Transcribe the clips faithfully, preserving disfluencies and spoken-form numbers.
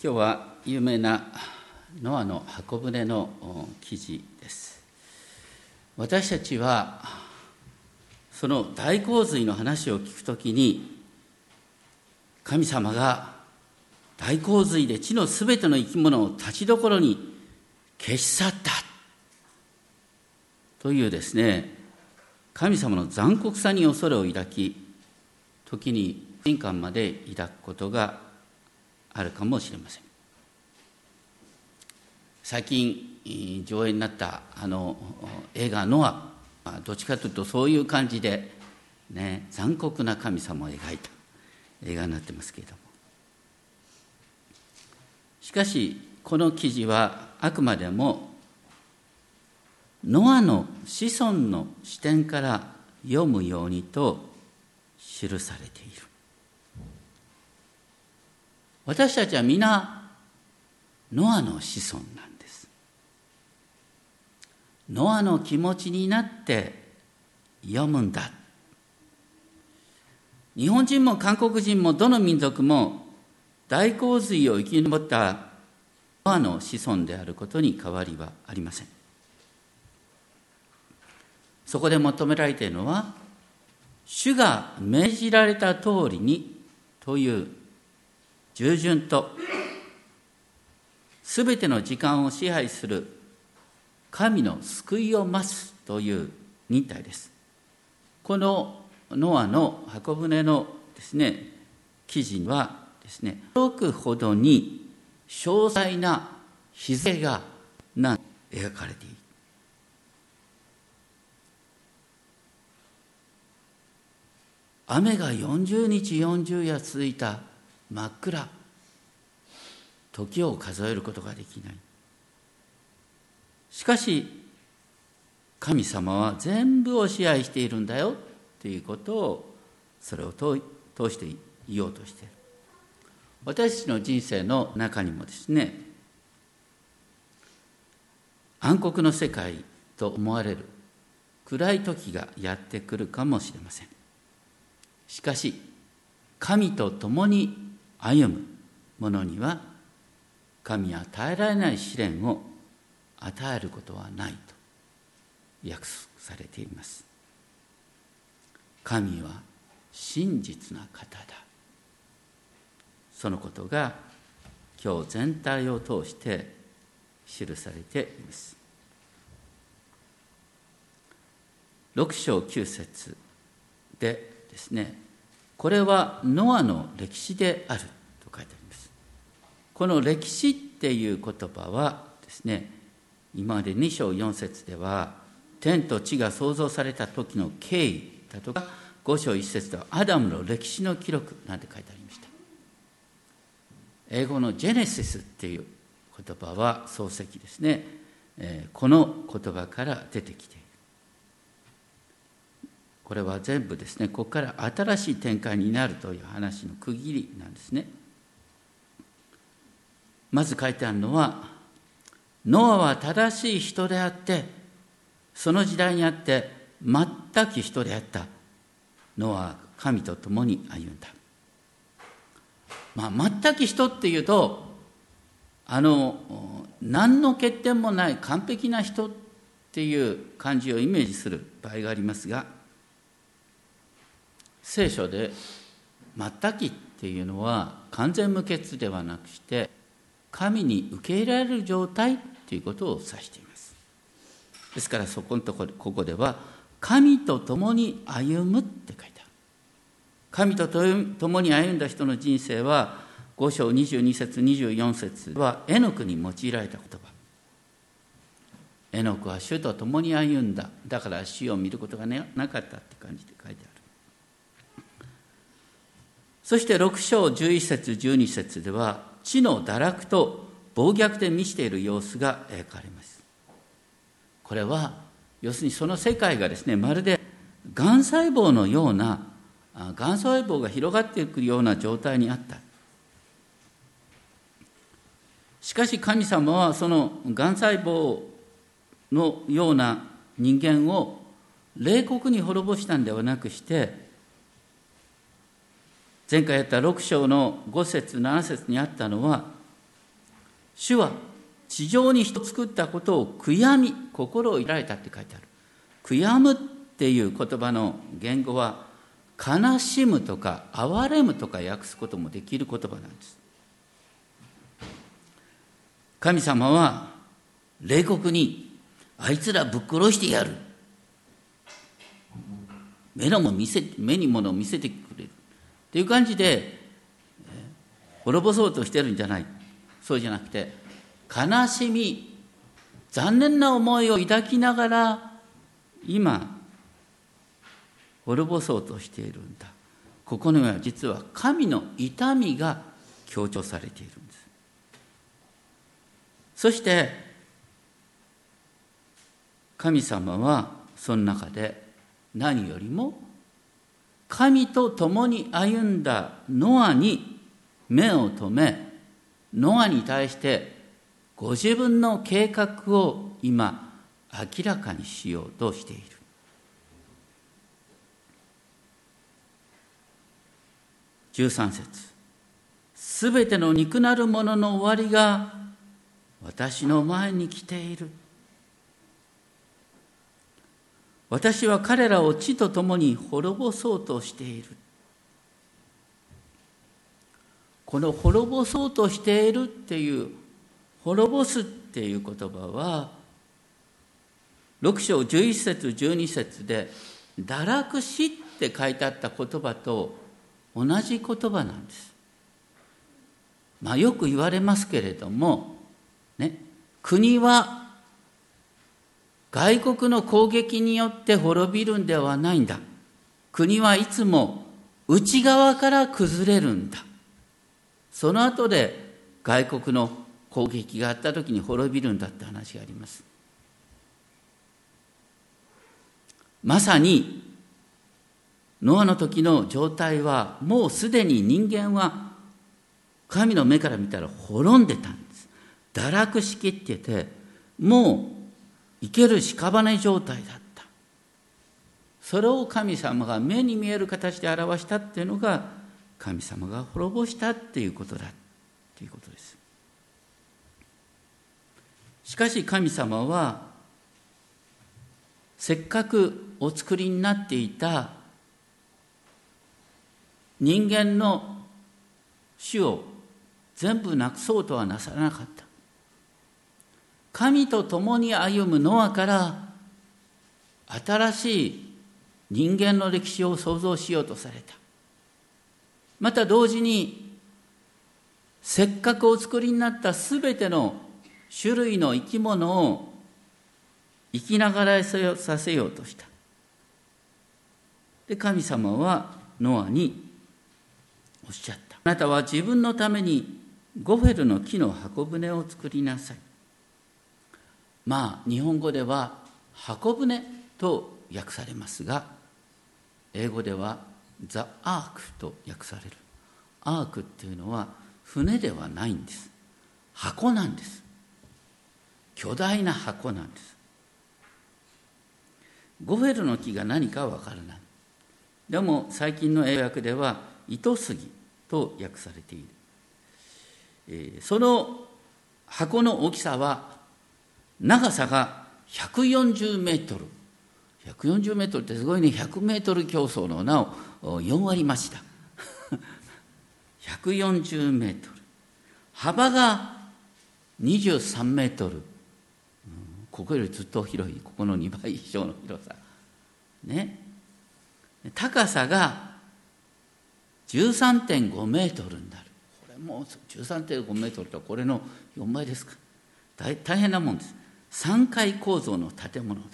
今日は有名なノアの箱舟の記事です。私たちはその大洪水の話を聞くときに、神様が大洪水で地のすべての生き物を立ちどころに消し去ったというですね、神様の残酷さに恐れを抱き、時に不信感まで抱くことがあるかもしれません。最近上映になったあの映画ノア、どっちかというとそういう感じで、ね、残酷な神様を描いた映画になってますけれども、しかしこの記事はあくまでもノアの子孫の視点から読むようにと記されている。私たちは皆ノアの子孫なんです。ノアの気持ちになって読むんだ。日本人も韓国人もどの民族も大洪水を生き残ったノアの子孫であることに変わりはありません。そこで求められているのは、主が命じられた通りにという従順とすべての時間を支配する神の救いを待つという忍耐です。このノアの箱舟のですね、記事はですね、驚くほどに詳細な日付が描かれている。雨がよんじゅうにちよんじゅう夜続いた真っ暗、時を数えることができない。しかし神様は全部を支配しているんだよということを、それを通して言おうとしている。私たちの人生の中にもですね、暗黒の世界と思われる暗い時がやってくるかもしれません。しかし神と共に歩む者には、神は与えられない試練を与えることはないと約束されています。神は真実な方だ。そのことが今日全体を通して記されています。ろく章きゅう節でですね、これはノアの歴史であると書いてあります。この歴史っていう言葉はですね、今までに章よん節では天と地が創造された時の経緯だとか、ご章いち節ではアダムの歴史の記録なんて書いてありました。英語のジェネシスっていう言葉は漱石ですね、えー、この言葉から出てきている。これは全部ですね、ここから新しい展開になるという話の区切りなんですね。まず書いてあるのは、ノアは正しい人であって、その時代にあって全き人であった。ノアは神と共に歩んだ。まあ、全き人っていうと、あの何の欠点もない完璧な人っていう感じをイメージする場合がありますが、聖書で全きっていうのは完全無欠ではなくして、神に受け入れられる状態ということを指しています。ですからそこのところ、ここでは神と共に歩むって書いてある。神と共に歩んだ人の人生はご章にじゅうに節にじゅうよん節はエノクに用いられた言葉。エノクは主と共に歩んだ。だから死を見ることがなかったって感じで書いてある。そしてろく章じゅういち節じゅうに節では地の堕落と暴虐で満ちている様子が描かれます。これは要するにその世界がですね、まるでがん細胞のような、がん細胞が広がっていくような状態にあった。しかし神様はそのがん細胞のような人間を冷酷に滅ぼしたんではなくして、前回やったろく章のご節なな節にあったのは、 主は地上に人を作ったことを悔やみ、心を抱いたって書いてある。悔やむっていう言葉の言語は、悲しむとか哀れむとか訳すこともできる言葉なんです。神様は冷酷に、あいつらぶっ殺してやる。目のも見せ目にものを見せてくれるっていう感じで滅ぼそうとしてるんじゃない。そうじゃなくて、悲しみ、残念な思いを抱きながら今滅ぼそうとしているんだ。ここには実は神の痛みが強調されているんです。そして神様はその中で何よりも神と共に歩んだノアに目を留め、ノアに対してご自分の計画を今明らかにしようとしている。じゅうさん節、すべての肉なるものの終わりが私の前に来ている。私は彼らを地とともに滅ぼそうとしている。この滅ぼそうとしているっていう、滅ぼすっていう言葉は、ろく章じゅういち節じゅうに節で堕落死って書いてあった言葉と同じ言葉なんです。まあよく言われますけれども、ね、国は外国の攻撃によって滅びるんではないんだ。国はいつも内側から崩れるんだ。その後で外国の攻撃があった時に滅びるんだって話があります。まさにノアの時の状態は、もうすでに人間は神の目から見たら滅んでたんです。堕落しきってて、もう生ける屍状態だった。それを神様が目に見える形で表したっていうのが、神様が滅ぼしたっていうことだっていうことです。しかし神様は、せっかくお作りになっていた人間の死を全部なくそうとはなさらなかった。神と共に歩むノアから新しい人間の歴史を創造しようとされた。また同時に、せっかくお作りになったすべての種類の生き物を生きながらさせようとした。で、神様はノアにおっしゃった。あなたは自分のためにゴフェルの木の箱舟を作りなさい。まあ日本語では箱舟と訳されますが、英語ではザ・アークと訳される。アークっていうのは船ではないんです。箱なんです。巨大な箱なんです。ゴフェルの木が何かはわからない。でも最近の英訳では糸杉と訳されている。えー、その箱の大きさは長さがひゃくよんじゅうメートル。ひゃくよんじゅうメートルってすごいね。ひゃくメートル競争の名をよん割増した。ひゃくよんじゅうメートル。幅がにじゅうさんメートル。ここよりずっと広い。ここのにばい以上の広さ。ね。高さが じゅうさんてんごメートルになる。これも じゅうさんてんごメートルとこれのよんばいですか。大, 大変なもんです。さんかい構造の建物だった。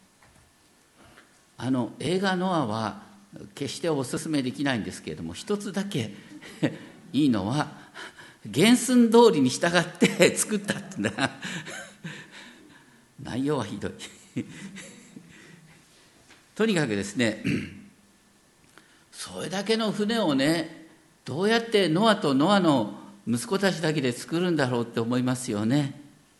あの映画ノアは決してお勧めできないんですけれども、一つだけいいのは原寸通りに従って作ったってんだ。内容はひどい。とにかくですね、それだけの船をね、どうやってノアとノアの息子たちだけで作るんだろうって思いますよね。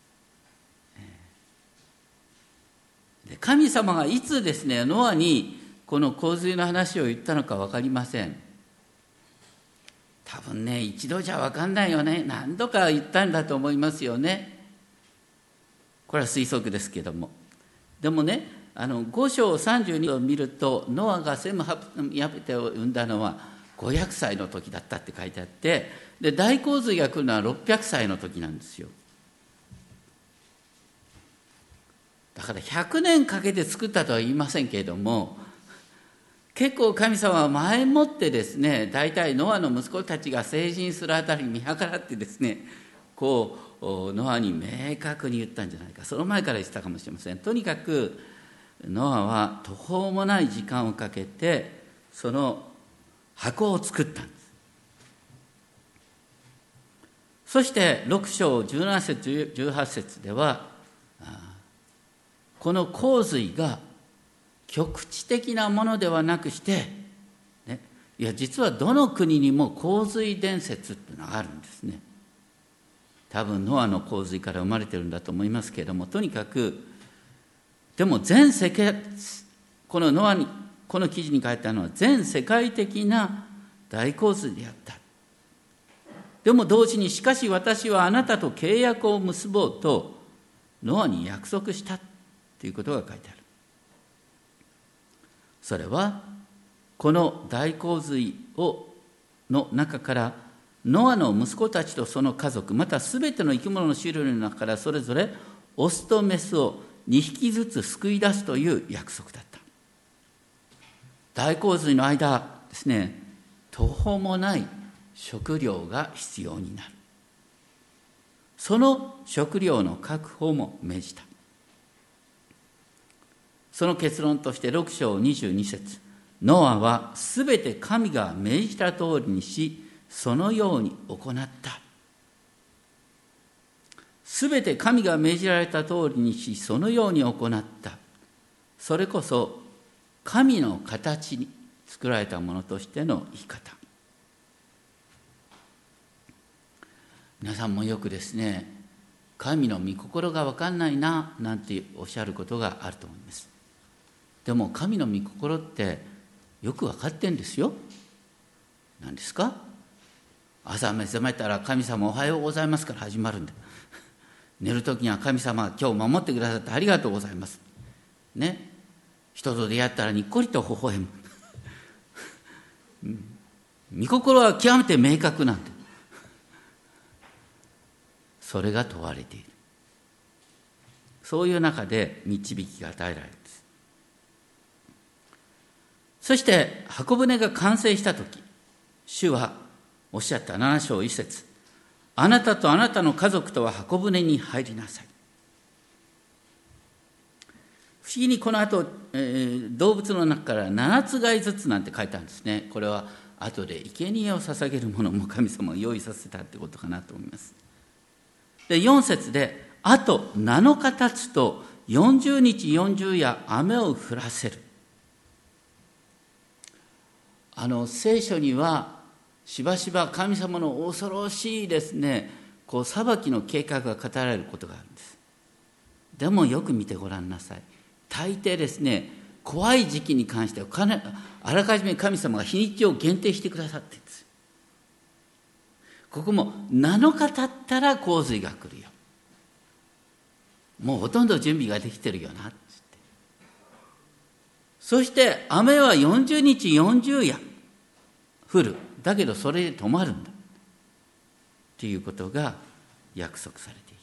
で、神様がいつですね、ノアにこの洪水の話を言ったのか分かりません。 多分ね、一度じゃ分かんないよね。何度か言ったんだと思いますよね。これは推測ですけども。でもね、あのご章さんじゅうにを見ると、ノアがセム・ヤペテを生んだのはごひゃくさいの時だったって書いてあって、で大洪水が来るのはろっぴゃくさいの時なんですよ。だからひゃくねんかけて作ったとは言いませんけれども、結構神様は前もってですね、大体ノアの息子たちが成人するあたり見計らってですね、こうノアに明確に言ったんじゃないか。その前から言ってたかもしれません。とにかくノアは途方もない時間をかけてその箱を作ったんです。そしてろく章じゅうなな節じゅうはち節では、この洪水が局地的なものではなくして、ね、いや実はどの国にも洪水伝説っていうのがあるんですね。多分ノアの洪水から生まれてるんだと思いますけれども、とにかくでも全世界、このノアにこの記事に書いてあるのは全世界的な大洪水であった。でも同時に、しかし私はあなたと契約を結ぼうとノアに約束したということが書いてある。それはこの大洪水をの中からノアの息子たちとその家族、またすべての生き物の種類の中からそれぞれオスとメスをにひきずつ救い出すという約束だった。大洪水の間ですね、途方もない食料が必要になる。その食料の確保も命じた。その結論としてろく章にじゅうに節、ノアはすべて神が命じた通りにし、そのように行った。すべて神が命じられた通りにし、そのように行った。それこそ神の形に作られたものとしての生き方。皆さんもよくですね、神の御心が分かんないななんておっしゃることがあると思います。でも神の御心ってよく分かってんですよ。何ですか？朝目覚めたら神様おはようございますから始まるんだ。寝るときには神様今日守ってくださってありがとうございます。ね。人と出会ったらにっこりと微笑む。御心は極めて明確なんだ。それが問われている。そういう中で導きが与えられるんです。そして箱舟が完成したとき、主はおっしゃったなな章いち節、あなたとあなたの家族とは箱舟に入りなさい。不思議にこの後、えー、動物の中からななつがいずつなんて書いてあるんですね。これは後で生贄を捧げるものも神様が用意させたってことかなと思います。でよん節で、あとなのか経つとよんじゅうにちよんじゅう夜雨を降らせる。あの聖書にはしばしば神様の恐ろしいですね、こう裁きの計画が語られることがあるんです。でもよく見てごらんなさい。大抵ですね、怖い時期に関してはあらかじめ神様が日にちを限定してくださっているんです。ここもなのか経ったら洪水が来るよ。もうほとんど準備ができてるよなって。そして雨はよんじゅうにちよんじゅう夜降る。だけどそれで止まるんだ。っていうことが約束されている。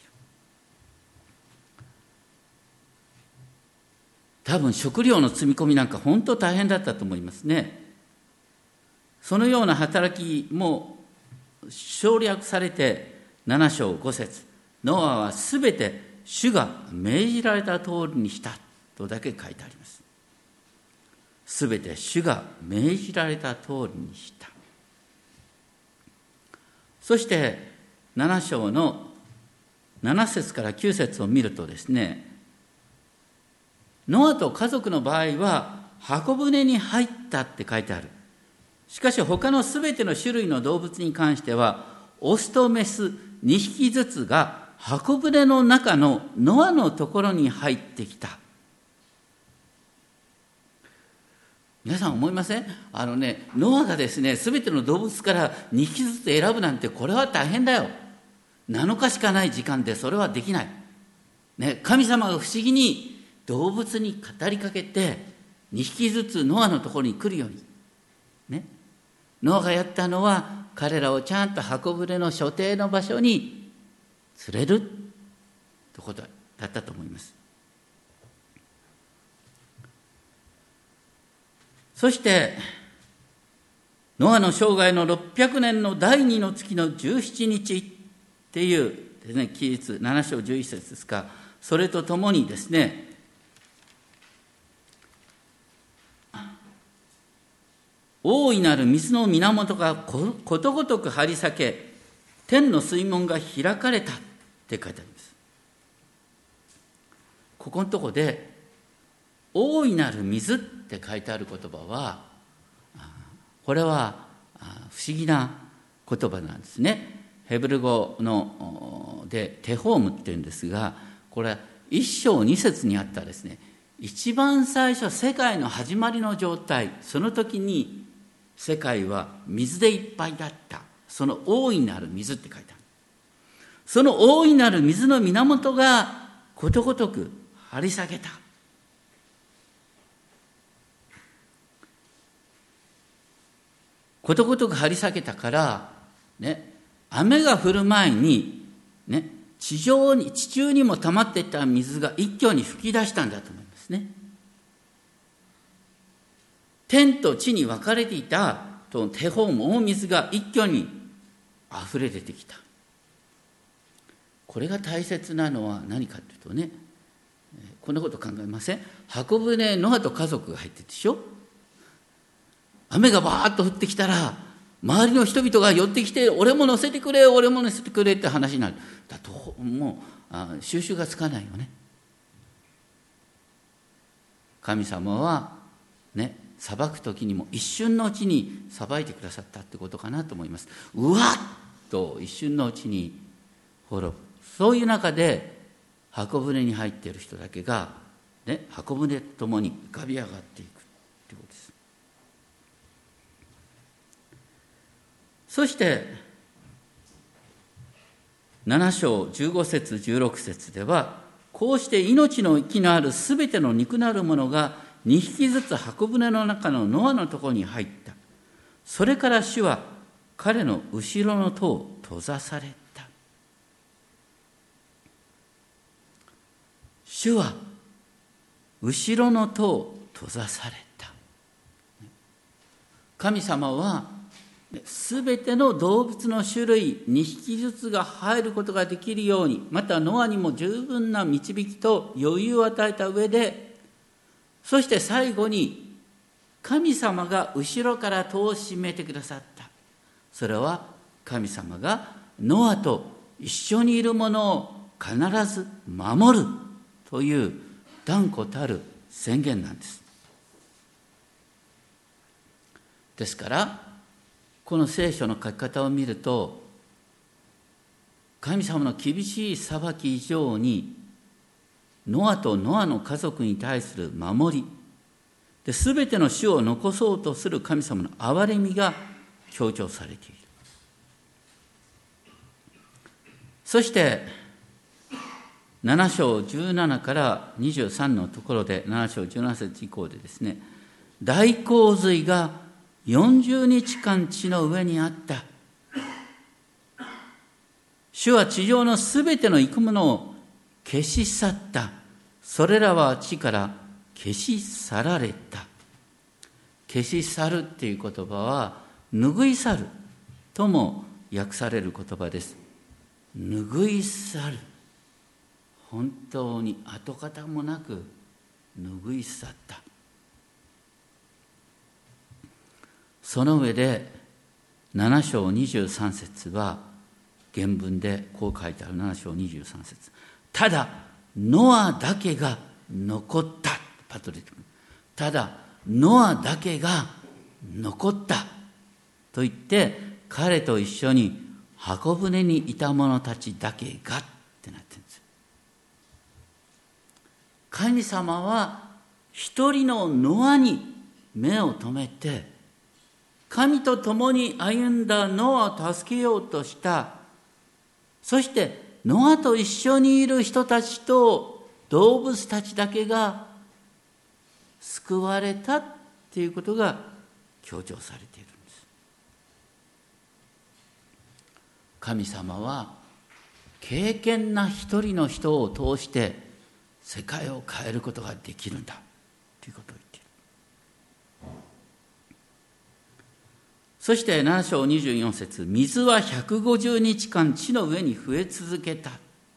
多分食料の積み込みなんか本当大変だったと思いますね。そのような働きも省略されてなな章ご節、ノアはすべて主が命じられた通りにしたとだけ書いてあります。すべて主が命じられた通りにした。そしてなな章のなな節からきゅう節を見るとですね、ノアと家族の場合は箱舟に入ったって書いてある。しかし他のすべての種類の動物に関してはオスとメスにひきずつが箱舟の中のノアのところに入ってきた。 皆さん思いません？あのね、ノアがですね、すべての動物からにひきずつ選ぶなんて、これは大変だよ。なのかしかない時間でそれはできない。ね、神様が不思議に動物に語りかけて、にひきずつノアのところに来るように。ね、ノアがやったのは、彼らをちゃんと箱舟の所定の場所に連れるということだったと思います。そしてノアの生涯のろっぴゃくねんのだいにの月のじゅうしちにちっていうですね、記述なな章じゅういち節ですか、それとともにですね、大いなる水の源がことごとく張り裂け、天の水門が開かれたって書いてあります。ここのところで大いなる水って書いてある言葉は、これは不思議な言葉なんですね。ヘブル語のでテホームっていうんですが、これはいっ章に節にあったですね、一番最初世界の始まりの状態、その時に世界は水でいっぱいだった、その大いなる水って書いてある。その大いなる水の源がことごとく張り裂けた。ことごとく張り裂けたから、ね、雨が降る前に、ね、地上に、地中にも溜まっていた水が一挙に吹き出したんだと思いますね。天と地に分かれていたテホーム、大水が一挙に溢れ出てきた。これが大切なのは何かというとね、こんなこと考えません？箱舟、ノアと家族が入ってるでしょ。雨がバーッと降ってきたら、周りの人々が寄ってきて、俺も乗せてくれ、俺も乗せてくれって話になる。だともうあ収拾がつかないよね。神様はね、裁く時にも一瞬のうちに裁いてくださったってことかなと思います。うわっと一瞬のうちに滅ぶ。そういう中で箱舟に入っている人だけが、ね、箱舟とともに浮かび上がっていくということです。そしてなな章じゅうご節じゅうろく節では、こうして命の息のあるすべての肉なるものがにひきずつ箱舟の中のノアのところに入った。それから主は彼の後ろの戸を閉ざされた。主は後ろの戸を閉ざされた。神様はすべての動物の種類にひきずつが入ることができるように、またノアにも十分な導きと余裕を与えた上で、そして最後に神様が後ろから戸を閉めてくださった。それは神様がノアと一緒にいるものを必ず守るという断固たる宣言なんです。ですからこの聖書の書き方を見ると、神様の厳しい裁き以上にノアとノアの家族に対する守りで、全ての種を残そうとする神様の憐れみが強調されている。そしてなな章じゅうななからにじゅうさんのところで、なな章じゅうなな節以降でですね、大洪水がよんじゅうにちかん地の上にあった。主は地上のすべての生き物を消し去った。それらは地から消し去られた。消し去るっていう言葉は、拭い去るとも訳される言葉です。拭い去る。本当に跡形もなく拭い去った。その上でなな章にじゅうさん節は原文でこう書いてある。なな章にじゅうさん節、ただノアだけが残った。パトリック、ただノアだけが残ったと言って、彼と一緒に箱舟にいた者たちだけがってなってるんですよ。神様は一人のノアに目を留めて、神と共に歩んだノアを助けようとした。そしてノアと一緒にいる人たちと動物たちだけが救われたっていうことが強調されているんです。神様は敬虔な一人の人を通して世界を変えることができるんだということを言っている。そしてなな章にじゅうよん節、水はひゃくごじゅうにちかん地の上に増え続けた。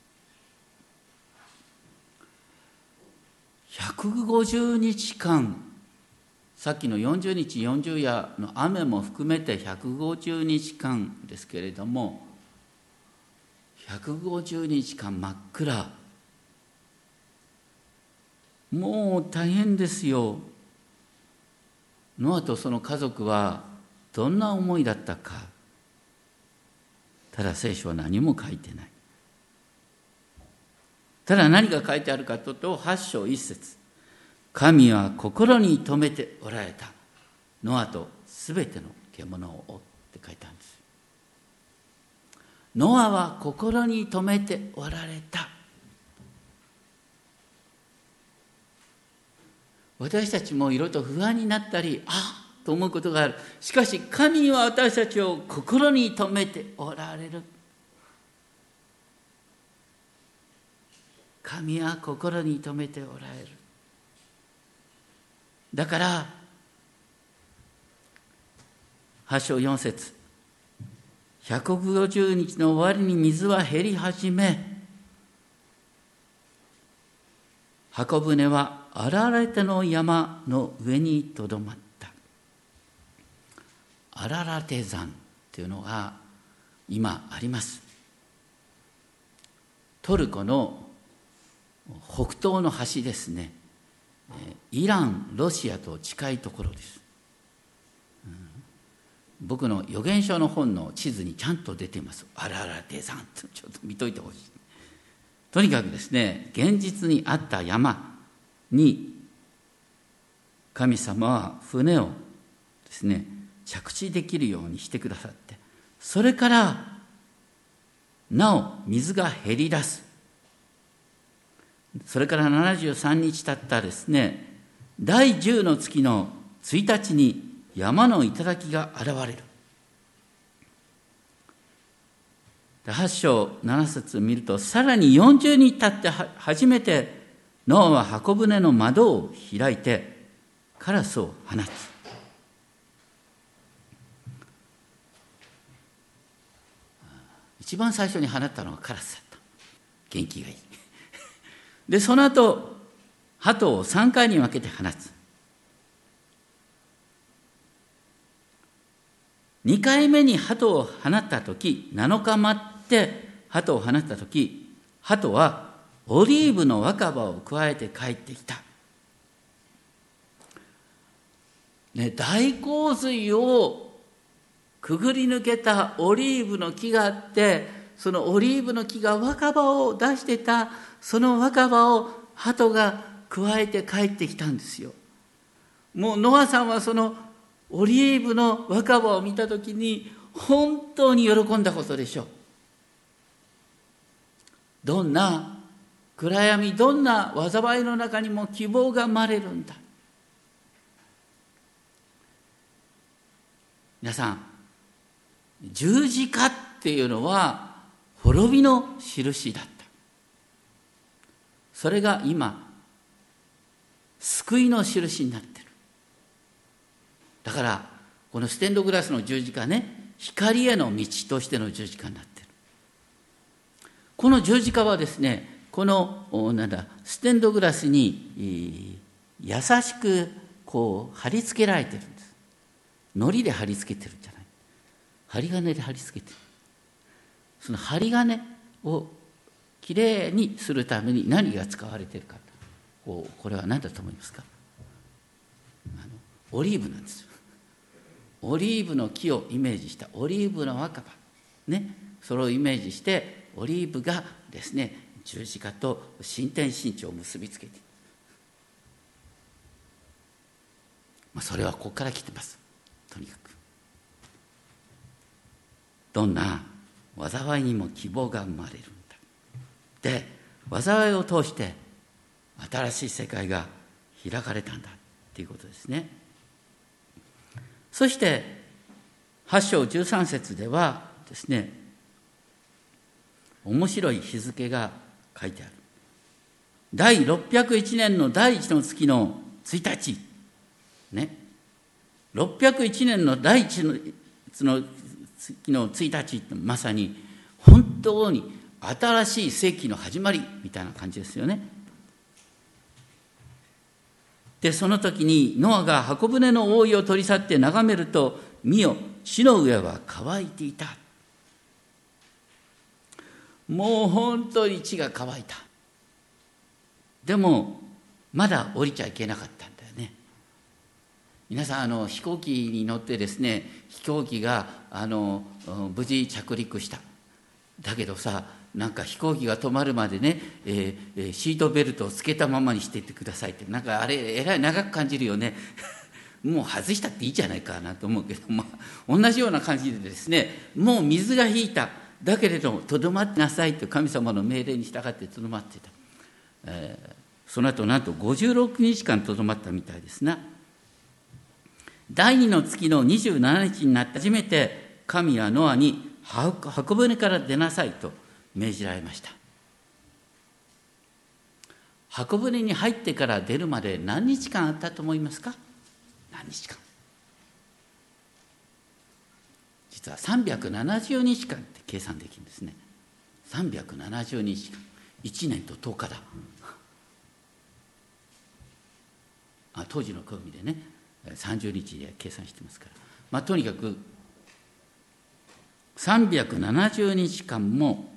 ひゃくごじゅうにちかん、さっきのよんじゅうにちよんじゅう夜の雨も含めてひゃくごじゅうにちかんですけれども、ひゃくごじゅうにちかん真っ暗。もう大変ですよ。ノアとその家族はどんな思いだったか。ただ聖書は何も書いてない。ただ何が書いてあるかというと、はち章いち節、神は心に留めておられたノアとすべての獣を追って書いてあるんです。ノアは心に留めておられた。私たちもいろいろと不安になったり、あっと思うことがある。しかし神は私たちを心に留めておられる。神は心に留めておられる。だからはち章よん節、ひゃくごじゅうにちの終わりに水は減り始め、箱舟はアララテの山の上にとどまった。アララテ山というのが今あります。トルコの北東の端ですね。イラン、ロシアと近いところです。うん、僕の預言書の本の地図にちゃんと出ています。アララテ山とちょっと見といてほしい。とにかくですね、現実にあった山に神様は船をですね、着地できるようにしてくださって、それからなお水が減り出す。それからななじゅうさんにち経ったですね、だいじゅうの月のついたちに山の頂が現れる。はち章なな節見ると、さらによんじゅうにち経って初めてノアは箱舟の窓を開いてカラスを放つ。一番最初に放ったのはカラスだった。元気がいい。で、その後、鳩をさんかいに分けて放つ。にかいめに鳩を放ったとき、なのか待って鳩を放ったとき、鳩はオリーブの若葉を加えて帰ってきた。ね、大洪水をくぐり抜けたオリーブの木があって、そのオリーブの木が若葉を出してた、その若葉を鳩が加えて帰ってきたんですよ。もうノアさんはそのオリーブの若葉を見たときに本当に喜んだことでしょう。どんな暗闇、どんな災いの中にも希望が生まれるんだ。皆さん、十字架っていうのは滅びの印だった。それが今救いの印になっている。だからこのステンドグラスの十字架ね、光への道としての十字架になっている。この十字架はですね、このなんだステンドグラスに優しくこう貼り付けられているんです。糊で貼り付けてるんじゃない。針金で貼り付けてる。その針金をきれいにするために何が使われているか、こうこれは何だと思いますか？あのオリーブなんですよ。オリーブの木をイメージしたオリーブの若葉ね、それをイメージしてオリーブがですね、十字架と新天新地を結びつけている。 まあ、それはここから来てます。とにかくどんな災いにも希望が生まれるんだ。で、災いを通して新しい世界が開かれたんだということですね。そしてはち章じゅうさん節ではですね、面白い日付が書いてある。だいろっぴゃくいちねんの第一の月のついたち、ね、ろっぴゃくいちねんの第一の月のついたちってまさに本当に新しい世紀の始まりみたいな感じですよね。で、その時にノアが箱舟の覆いを取り去って眺めると、見よ、地の上は乾いていた。もう本当に地が乾いた。でもまだ降りちゃいけなかったんだよね。皆さん、あの飛行機に乗ってですね、飛行機があの無事着陸した。だけどさ、なんか飛行機が止まるまでね、えー、シートベルトをつけたままにしていってくださいって、なんかあれえらい長く感じるよね。もう外したっていいじゃないかなと思うけど、まあ、同じような感じでですね、もう水が引いた。だけれどもとどまってなさいと神様の命令に従ってとどまっていた。えー、その後なんとごじゅうろくにちかんとどまったみたいですな。第二の月のにじゅうしちにちになって初めて神はノアに箱舟から出なさいと命じられました。箱舟に入ってから出るまで何日間あったと思いますか？何日間？実はさんびゃくななじゅうにちかんって計算できるんですね。さんびゃくななじゅうにちかん、いちねんととおかだ。あ、当時の暦でね、さんじゅうにちで計算してますから、まあ、とにかくさんびゃくななじゅうにちかんも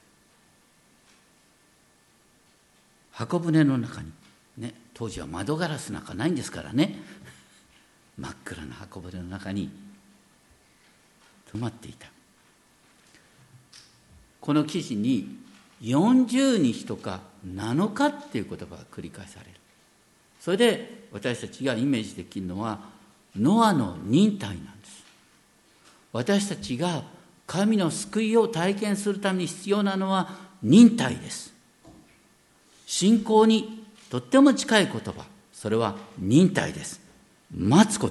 箱舟の中に、ね、当時は窓ガラスなんかないんですからね、真っ暗な箱舟の中に泊まっていた。この記事によんじゅうにちとかなのかっていう言葉が繰り返される。それで私たちがイメージできるのはノアの忍耐なんです。私たちが神の救いを体験するために必要なのは忍耐です。信仰にとっても近い言葉、それは忍耐です。待つこと。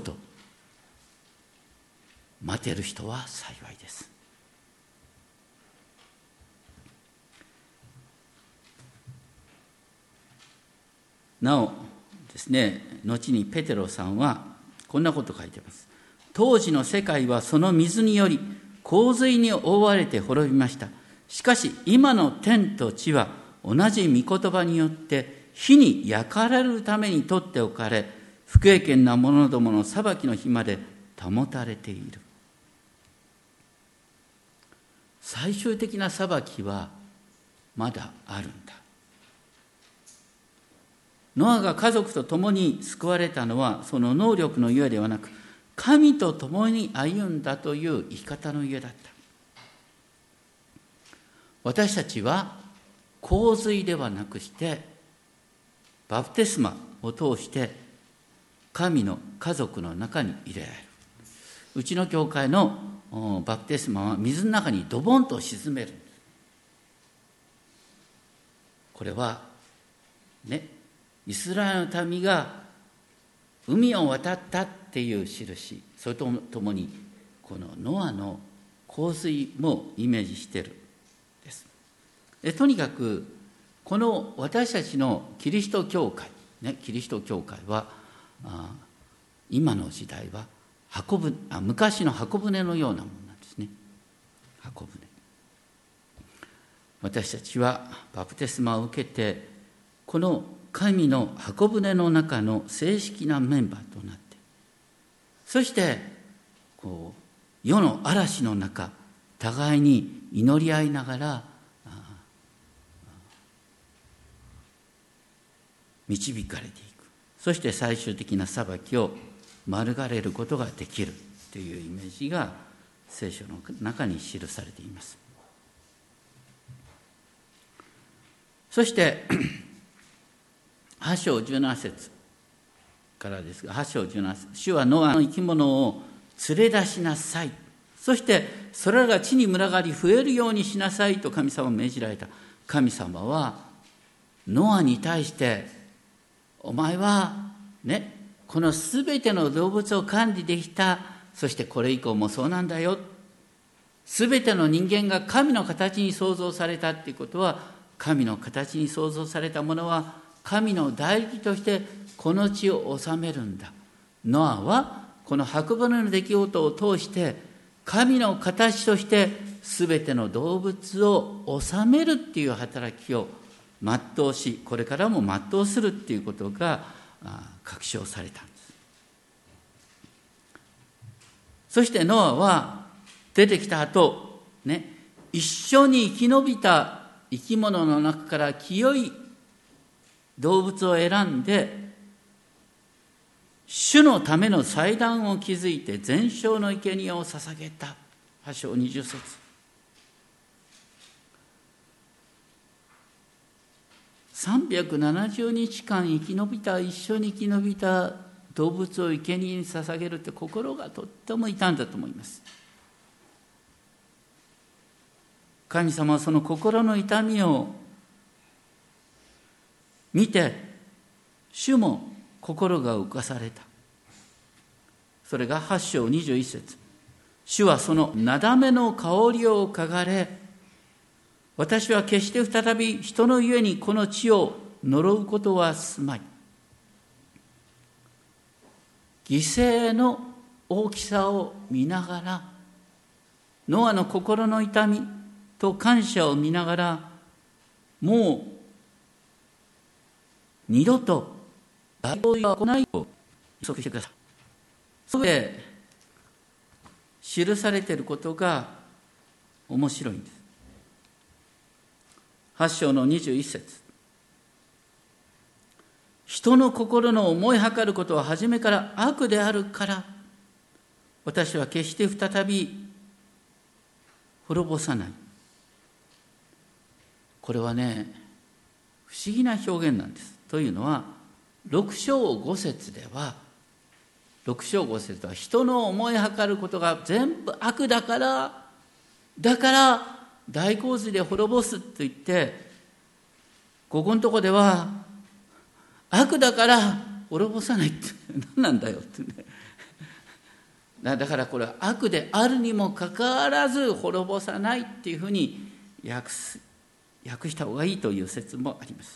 待てる人は幸いです。なおですね、後にペテロさんはこんなことを書いています。当時の世界はその水により洪水に覆われて滅びました。しかし今の天と地は同じ御言葉によって火に焼かれるために取っておかれ、不敬虔な者どもの裁きの日まで保たれている。最終的な裁きはまだあるんだ。ノアが家族と共に救われたのはその能力のゆえではなく、神と共に歩んだという生き方のゆえだった。私たちは洪水ではなくしてバプテスマを通して神の家族の中に入れられる。うちの教会のバプテスマは水の中にドボンと沈める。これはね、イスラエルの民が海を渡ったっていう印、それとともにこのノアの洪水もイメージしているです。でとにかくこの私たちのキリスト教会、ね、キリスト教会はあ今の時代は箱舟あ昔の箱舟のようなものなんですね。箱舟。私たちはバプテスマを受けてこの神の箱舟の中の正式なメンバーとなって、そしてこう世の嵐の中互いに祈り合いながら導かれていく。そして最終的な裁きを免れることができるというイメージが聖書の中に記されています。そしてはち章じゅうなな節、 からですが、はち章じゅうなな節、主はノアの生き物を連れ出しなさい。そしてそれらが地に群がり増えるようにしなさいと神様を命じられた。神様はノアに対して、お前はね、このすべての動物を管理できた。そしてこれ以降もそうなんだよ。すべての人間が神の形に創造されたっていうことは、神の形に創造されたものは神の代理としてこの地を治めるんだ。ノアはこの箱舟の出来事を通して神の形としてすべての動物を治めるっていう働きを全うし、これからも全うするっていうことが確証されたんです。そしてノアは出てきた後、ね、一緒に生き延びた生き物の中から清い動物を選んで、主のための祭壇を築いて全焼の生贄を捧げた。はち章にじゅう節。さんびゃくななじゅうにちかん生き延びた、一緒に生き延びた動物を生贄に捧げるって心がとっても痛んだと思います。神様はその心の痛みを見て、主も心が浮かされた。それがはち章にじゅういち節。主はそのなだめの香りを嗅がれ、私は決して再び人のゆえにこの地を呪うことはすまい。犠牲の大きさを見ながら、ノアの心の痛みと感謝を見ながら、もう二度と大行為は行ないと約束してください。そこで記されていることが面白いんです。はち章のにじゅういち節。人の心の思いはかることは初めから悪であるから、私は決して再び滅ぼさない。これはね、不思議な表現なんです。というのは、ろく章ご節では、ろく章ご節では人の思いはかることが全部悪だから、だから大洪水で滅ぼすと言って、ここのとこでは悪だから滅ぼさないって何なんだよってね。だからこれは悪であるにもかかわらず滅ぼさないっていうふうに訳す訳した方がいいという説もあります。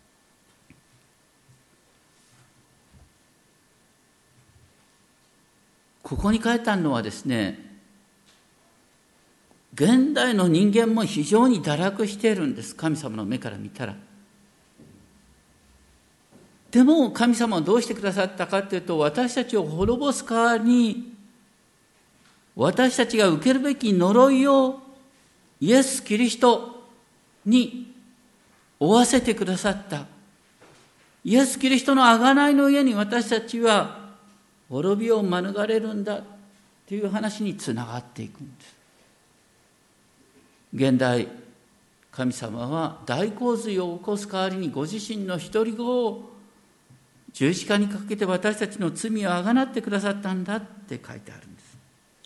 ここに書いてあるのはですね、現代の人間も非常に堕落しているんです。神様の目から見たら。でも神様はどうしてくださったかというと、私たちを滅ぼす代わりに、私たちが受けるべき呪いをイエス・キリストに負わせてくださった。イエス・キリストの贖いの上に私たちは滅びを免れるんだという話につながっていくんです。現代、神様は大洪水を起こす代わりにご自身の一人子を十字架にかけて私たちの罪をあがなってくださったんだって書いてあるんです。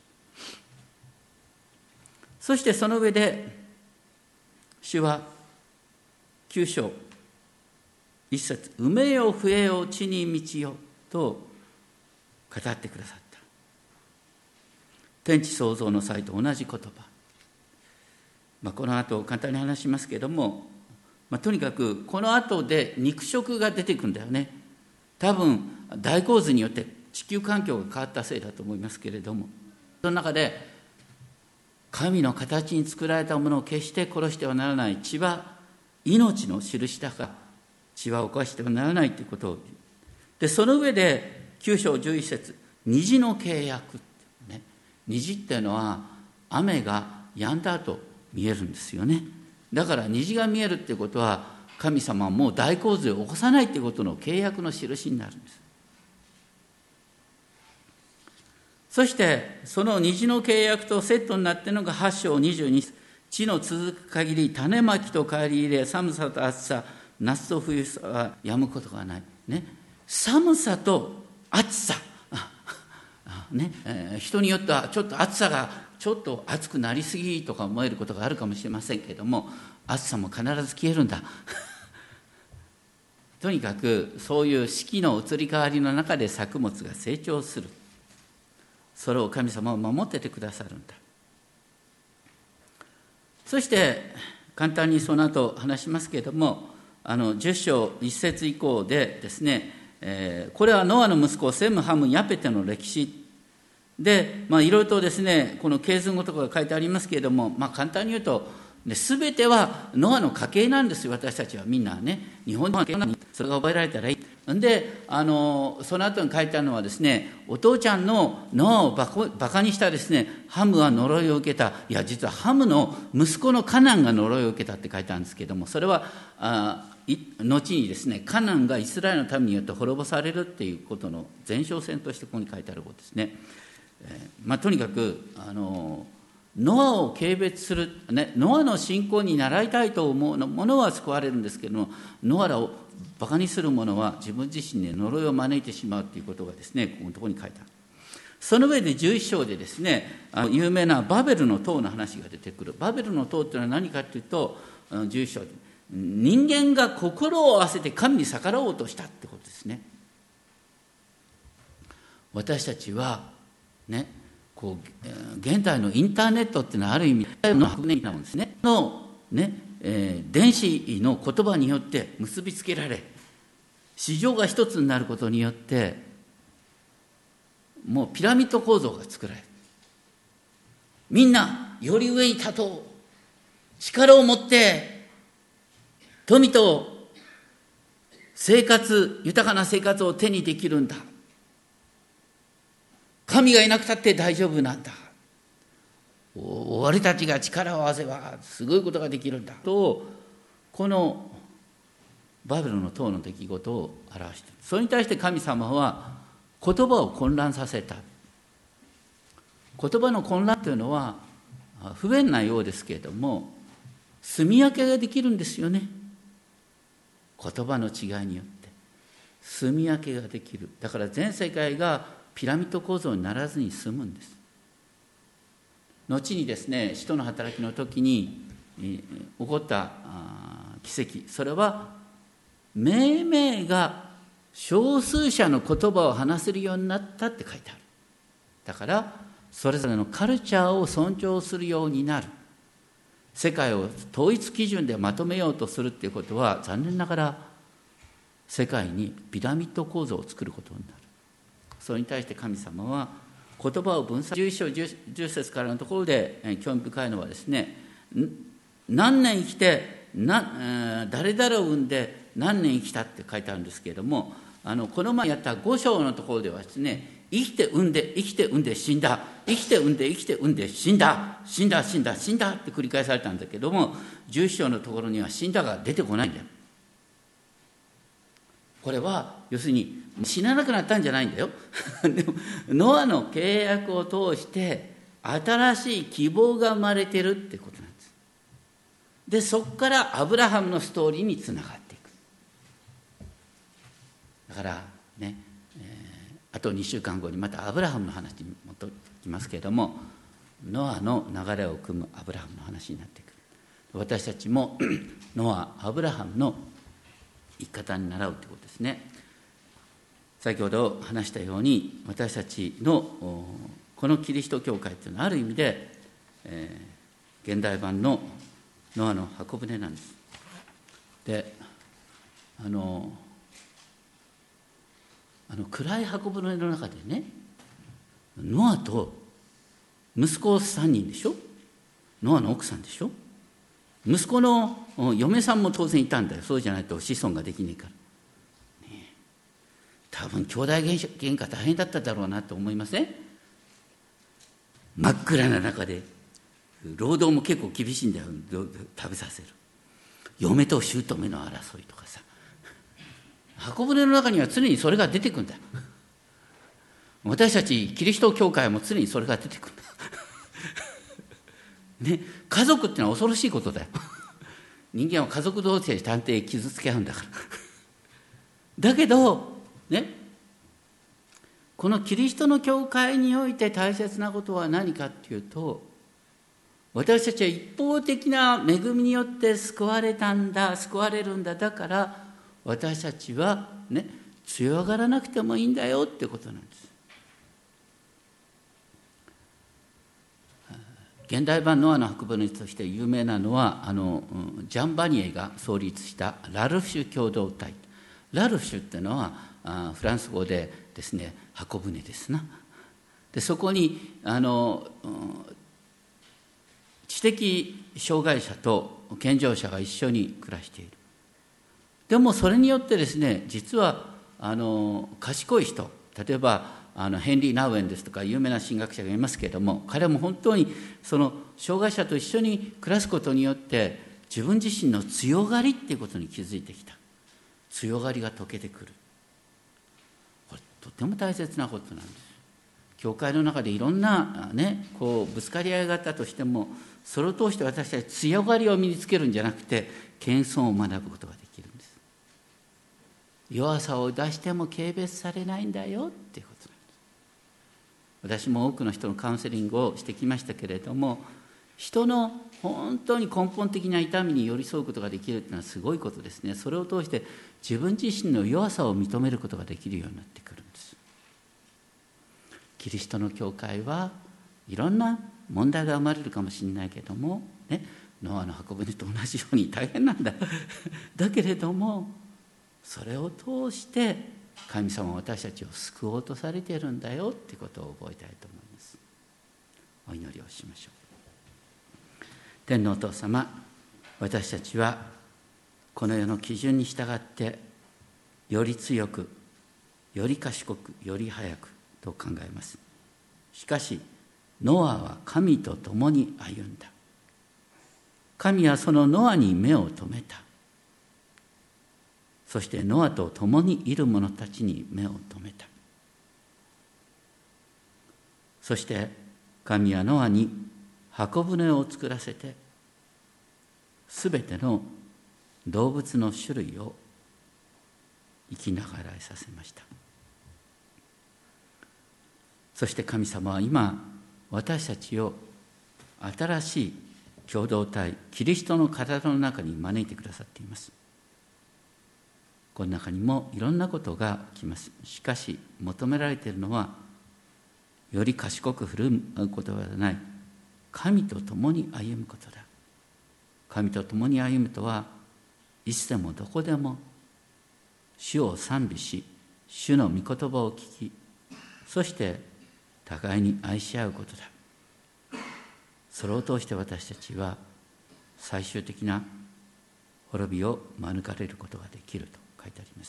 そしてその上で主はきゅう章一節、埋めよ増えよ地に満ちよと語ってくださった。天地創造の際と同じ言葉、まあ、この後簡単に話しますけれども、まあ、とにかくこの後で肉食が出てくるんだよね。多分大洪水によって地球環境が変わったせいだと思いますけれども、その中で神の形に作られたものを決して殺してはならない。血は命の印だから血は犯してはならないということをで、その上できゅう章じゅういち節、虹の契約、ね、虹っていうのは雨が止んだ後見えるんですよね。だから虹が見えるっていうことは、神様はもう大洪水を起こさないっていうことの契約の印になるんです。そしてその虹の契約とセットになっているのがはち章にじゅうに節、地の続く限り種まきと帰り入れ、寒さと暑さ、夏と冬はやむことがない、ね、 寒さと暑さ、ねえー、人によってはちょっと暑さがちょっと暑くなりすぎとか思えることがあるかもしれませんけれども、暑さも必ず消えるんだとにかくそういう四季の移り変わりの中で作物が成長する、それを神様は守っててくださるんだ。そして簡単にその後話しますけれども、あのじゅっ章いち節以降でですね、えー、これはノアの息子セム、ハム、ヤペテの歴史で、まあ、いろいろとですね、この経図語とかが書いてありますけれども、まあ、簡単に言うと、すべてはノアの家系なんですよ。私たちはみんなね、日本の家系なのにそれが覚えられたらいい。で、あのその後に書いてあるのはですね、お父ちゃんのノアをバカ、バカにしたですね、ハムは呪いを受けた。いや、実はハムの息子のカナンが呪いを受けたって書いてあるんですけれども、それはあ後にですね、カナンがイスラエルの民によって滅ぼされるっていうことの前哨戦としてここに書いてあることですね。えーまあ、とにかくあのノアを軽蔑する、ね、ノアの信仰に習いたいと思うものは救われるんですけれども、ノアをバカにする者は自分自身で呪いを招いてしまうということがですね、ここのところに書いてある。その上でじゅういち章でですね、あの有名なバベルの塔の話が出てくる。バベルの塔というのは何かというと、じゅういち章で人間が心を合わせて神に逆らおうとしたってことですね。私たちはね、こう現代のインターネットっていうのはある意味の革命なんですね。のね、えー、電子の言葉によって結びつけられ、市場が一つになることによって、もうピラミッド構造が作られる。みんなより上に立とう、力を持って富と生活、豊かな生活を手にできるんだ。神がいなくたって大丈夫なんだ。俺たちが力を合わせばすごいことができるんだと、このバベルの塔の出来事を表している。それに対して神様は言葉を混乱させた。言葉の混乱というのは不便なようですけれども、住み分けができるんですよね。言葉の違いによって住み分けができる。だから全世界がピラミッド構造にならずに済むんです。後にですね、使徒の働きの時に起こった奇跡、それは命名が少数者の言葉を話せるようになったって書いてある。だからそれぞれのカルチャーを尊重するようになる。世界を統一基準でまとめようとするっていうことは、残念ながら世界にピラミッド構造を作ることになる。それに対して神様は言葉を分散、じゅういち章じゅっ節からのところで興味深いのはですね、何年生きてな誰々を産んで何年生きたって書いてあるんですけれども、あのこの前やったご章のところではですね、生きて産んで生きて産んで死んだ、生きて産んで生きて産んで死んだ、死んだ死んだ死んだって繰り返されたんだけども、じゅういち章のところには死んだが出てこないんだよ。これは要するに死ななくなったんじゃないんだよでもノアの契約を通して新しい希望が生まれてるってことなんです。でそこからアブラハムのストーリーにつながっていく。だからね、えー、あとにしゅうかんごにまたアブラハムの話に戻ってきますけれども、ノアの流れを組むアブラハムの話になってくる。私たちもノア、アブラハムの生き方に習うということですね。先ほど話したように、私たちのこのキリスト教会というのはある意味で、えー、現代版のノアの箱舟なんです。で、あのあの暗い箱舟の中でね、ノアと息子さんにんでしょ、ノアの奥さんでしょ、息子の嫁さんも当然いたんだよ。そうじゃないと子孫ができねえから、ね、多分兄弟喧嘩大変だっただろうなと思いません？真っ暗な中で労働も結構厳しいんだよ。食べさせる嫁と姑の争いとかさ、箱舟の中には常にそれが出てくるんだよ。私たちキリスト教会も常にそれが出てくるんだね、家族ってのは恐ろしいことだよ人間は家族同士で探偵傷つけ合うんだからだけどね、このキリストの教会において大切なことは何かっていうと、私たちは一方的な恵みによって救われたんだ、救われるんだ、だから私たちはね、強がらなくてもいいんだよってことなんです。現代版ノアの箱舟として有名なのは、あのジャン・バニエが創立したラルフシュ共同体。ラルフシュっていうのはあフランス語でですね、箱舟ですな。でそこにあの知的障害者と健常者が一緒に暮らしている。でもそれによってですね、実はあの賢い人、例えばあのヘンリー・ナウエンですとか有名な神学者がいますけれども、彼も本当にその障害者と一緒に暮らすことによって自分自身の強がりっていうことに気づいてきた。強がりが解けてくる。これとても大切なことなんです。教会の中でいろんなね、こうぶつかり合いがあったとしても、それを通して私たち強がりを身につけるんじゃなくて、謙遜を学ぶことができるんです。弱さを出しても軽蔑されないんだよっていうことなんです。私も多くの人のカウンセリングをしてきましたけれども、人の本当に根本的な痛みに寄り添うことができるというのはすごいことですね。それを通して自分自身の弱さを認めることができるようになってくるんです。キリストの教会はいろんな問題が生まれるかもしれないけれども、ね、ノアの箱舟と同じように大変なんだだけれども、それを通して神様は私たちを救おうとされているんだよっていうことを覚えたいと思います。お祈りをしましょう。天のお父様、私たちはこの世の基準に従ってより強く、より賢く、より早くと考えます。しかしノアは神と共に歩んだ。神はそのノアに目を留めた。そしてノアと共にいる者たちに目を留めた。そして神はノアに箱舟を作らせて、すべての動物の種類を生きながらえさせました。そして神様は今、私たちを新しい共同体、キリストの体の中に招いてくださっています。この中にもいろんなことが起きます。しかし求められているのは、より賢く振る舞うことではない、神と共に歩むことだ。神と共に歩むとは、いつでもどこでも主を賛美し、主の御言葉を聞き、そして互いに愛し合うことだ。それを通して私たちは最終的な滅びを免れることができると書いてあります。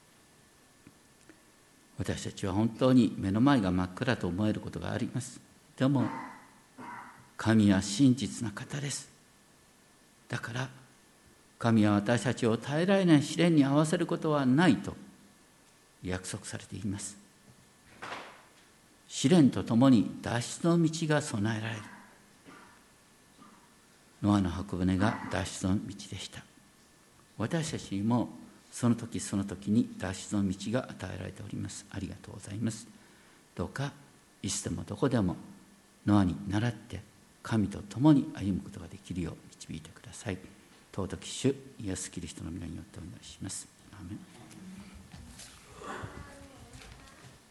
私たちは本当に目の前が真っ暗と思えることがあります。でも神は真実な方です。だから神は私たちを耐えられない試練に合わせることはないと約束されています。試練とともに脱出の道が備えられる。ノアの箱舟が脱出の道でした。私たちにもその時その時に脱出の道が与えられております。ありがとうございます。どうかいつでもどこでもノアに倣って神と共に歩むことができるよう導いてください。尊き主イエスキリストの皆によってお願いします。アーメン。